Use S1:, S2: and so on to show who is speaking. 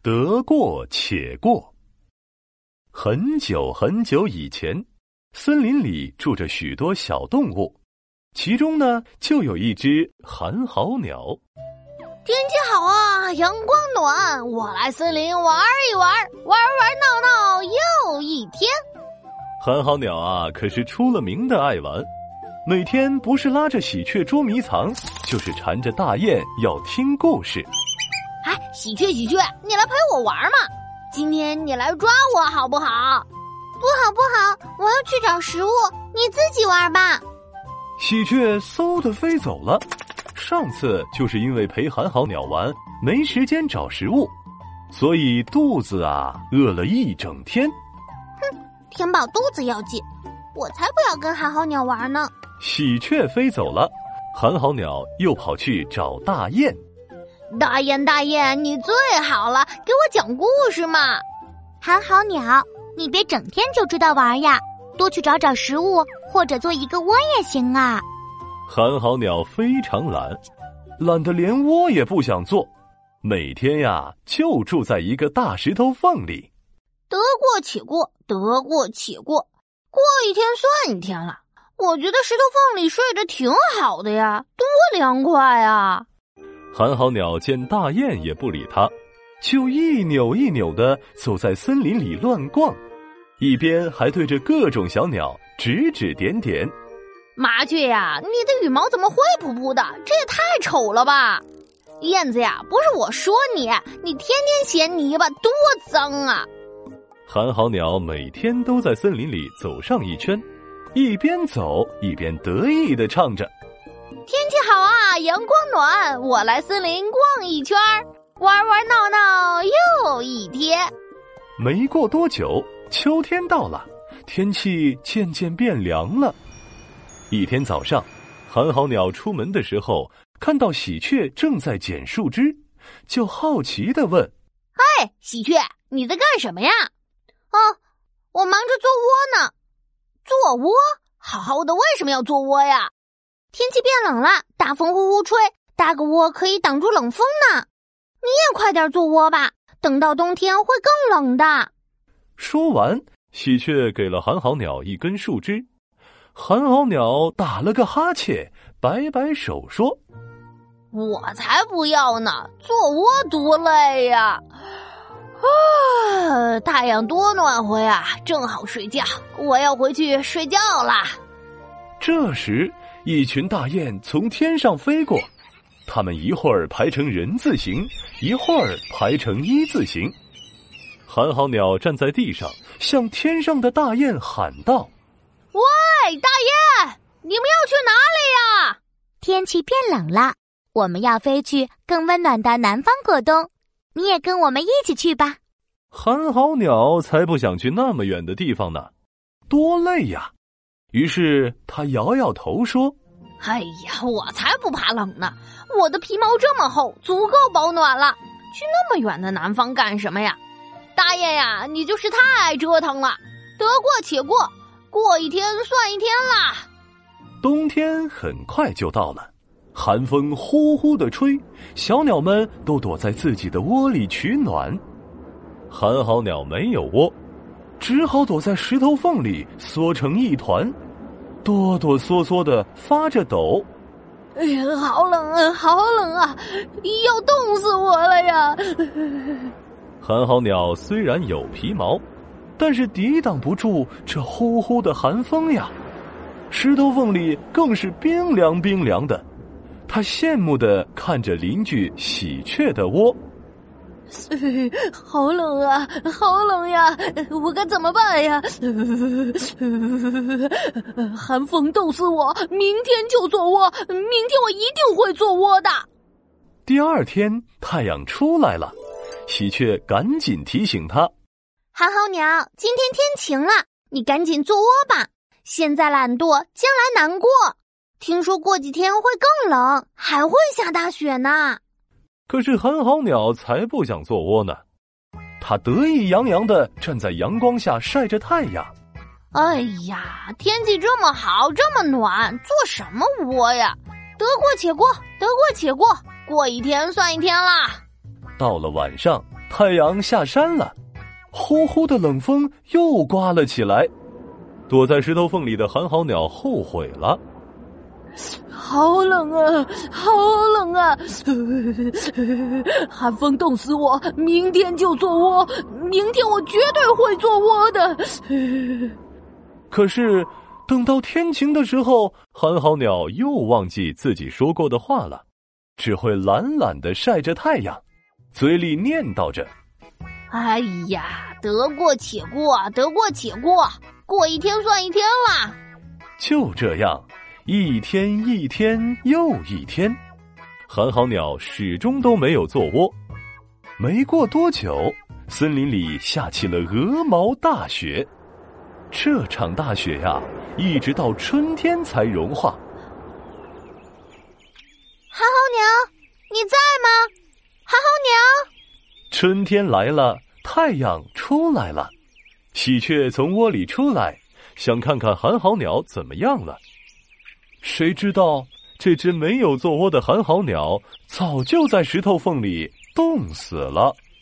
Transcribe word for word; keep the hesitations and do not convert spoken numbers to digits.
S1: 得过且过。很久很久以前，森林里住着许多小动物，其中呢就有一只寒号鸟。
S2: 天气好啊，阳光暖，我来森林玩一玩，玩玩闹闹又一天。
S1: 寒号鸟啊，可是出了名的爱玩，每天不是拉着喜鹊捉迷藏，就是缠着大雁要听故事。
S2: 哎，喜鹊喜鹊，你来陪我玩嘛？今天你来抓我好不好？
S3: 不好不好，我要去找食物，你自己玩吧。
S1: 喜鹊嗖地飞走了。上次就是因为陪寒号鸟玩，没时间找食物，所以肚子啊饿了一整天。
S3: 哼，填饱肚子要紧，我才不要跟寒号鸟玩呢。
S1: 喜鹊飞走了，寒号鸟又跑去找大雁。
S2: 大雁大雁，你最好了，给我讲故事嘛。
S3: 寒号鸟，你别整天就知道玩呀，多去找找食物，或者做一个窝也行啊。
S1: 寒号鸟非常懒，懒得连窝也不想做，每天呀就住在一个大石头缝里。
S2: 得过且过，得过且过，过一天算一天了。我觉得石头缝里睡着挺好的呀，多凉快啊！
S1: 寒号鸟见大雁也不理它，就一扭一扭地走在森林里乱逛，一边还对着各种小鸟指指点点。
S2: 麻雀呀，你的羽毛怎么灰扑扑的？这也太丑了吧！燕子呀，不是我说你，你天天衔泥巴，多脏啊！
S1: 寒号鸟每天都在森林里走上一圈，一边走一边得意地唱着：
S2: 天气好啊，阳光暖，我来森林逛一圈，玩玩闹闹又一天。
S1: 没过多久，秋天到了，天气渐渐变凉了。一天早上，寒号鸟出门的时候，看到喜鹊正在捡树枝，就好奇地问：
S2: 哎，喜鹊，你在干什么呀？
S3: 哦，我忙着做窝呢。
S2: 做窝？好好的为什么要做窝呀？
S3: 天气变冷了，大风呼呼吹，搭个窝可以挡住冷风呢。你也快点做窝吧，等到冬天会更冷的。
S1: 说完，喜鹊给了寒号鸟一根树枝。寒号鸟打了个哈欠，摆摆手说：
S2: 我才不要呢，做窝多累呀！啊，太阳多暖和呀，正好睡觉，我要回去睡觉啦。
S1: 这时一群大雁从天上飞过，它们一会儿排成人字形，一会儿排成一字形。寒号鸟站在地上，向天上的大雁喊道：
S2: 喂，大雁，你们要去哪里呀？
S3: 天气变冷了，我们要飞去更温暖的南方过冬，你也跟我们一起去吧。
S1: 寒号鸟才不想去那么远的地方呢，多累呀！于是他摇摇头说：
S2: 哎呀，我才不怕冷呢，我的皮毛这么厚，足够保暖了，去那么远的南方干什么呀？大雁呀，你就是太爱折腾了，得过且过，过一天算一天啦。
S1: 冬天很快就到了，寒风呼呼地吹，小鸟们都躲在自己的窝里取暖。寒号鸟没有窝，只好躲在石头缝里缩成一团，哆哆嗦嗦地发着抖。
S2: 哎呀，好冷啊，好冷啊，要冻死我了呀！
S1: 寒号鸟虽然有皮毛，但是抵挡不住这呼呼的寒风呀。石头缝里更是冰凉冰凉的，它羡慕地看着邻居喜鹊的窝。
S2: 好冷啊，好冷呀，我该怎么办呀？寒风冻死我，明天就做窝，明天我一定会做窝的。
S1: 第二天太阳出来了，喜鹊赶紧提醒它：
S3: 寒号鸟，今天天晴了，你赶紧做窝吧，现在懒惰，将来难过。听说过几天会更冷，还会下大雪呢。
S1: 可是寒号鸟才不想做窝呢，它得意洋洋地站在阳光下晒着太阳。
S2: 哎呀，天气这么好，这么暖，做什么窝呀？得过且过，得过且过，过一天算一天啦。
S1: 到了晚上， 太阳下山了，呼呼的冷风又刮了起来。躲在石头缝里的寒号鸟后悔了。
S2: 好冷啊，好冷啊！寒风冻死我，明天就做窝，明天我绝对会做窝的。
S1: 可是等到天晴的时候，寒号鸟又忘记自己说过的话了，只会懒懒地晒着太阳，嘴里念叨着：
S2: 哎呀，得过且过，得过且过，过一天算一天啦。
S1: 就这样，一天一天又一天，寒号鸟始终都没有做窝。没过多久，森林里下起了鹅毛大雪。这场大雪呀，一直到春天才融化。
S3: 寒号鸟，你在吗？寒号鸟！
S1: 春天来了，太阳出来了，喜鹊从窝里出来，想看看寒号鸟怎么样了。谁知道这只没有做窝的寒号鸟早就在石头缝里冻死了。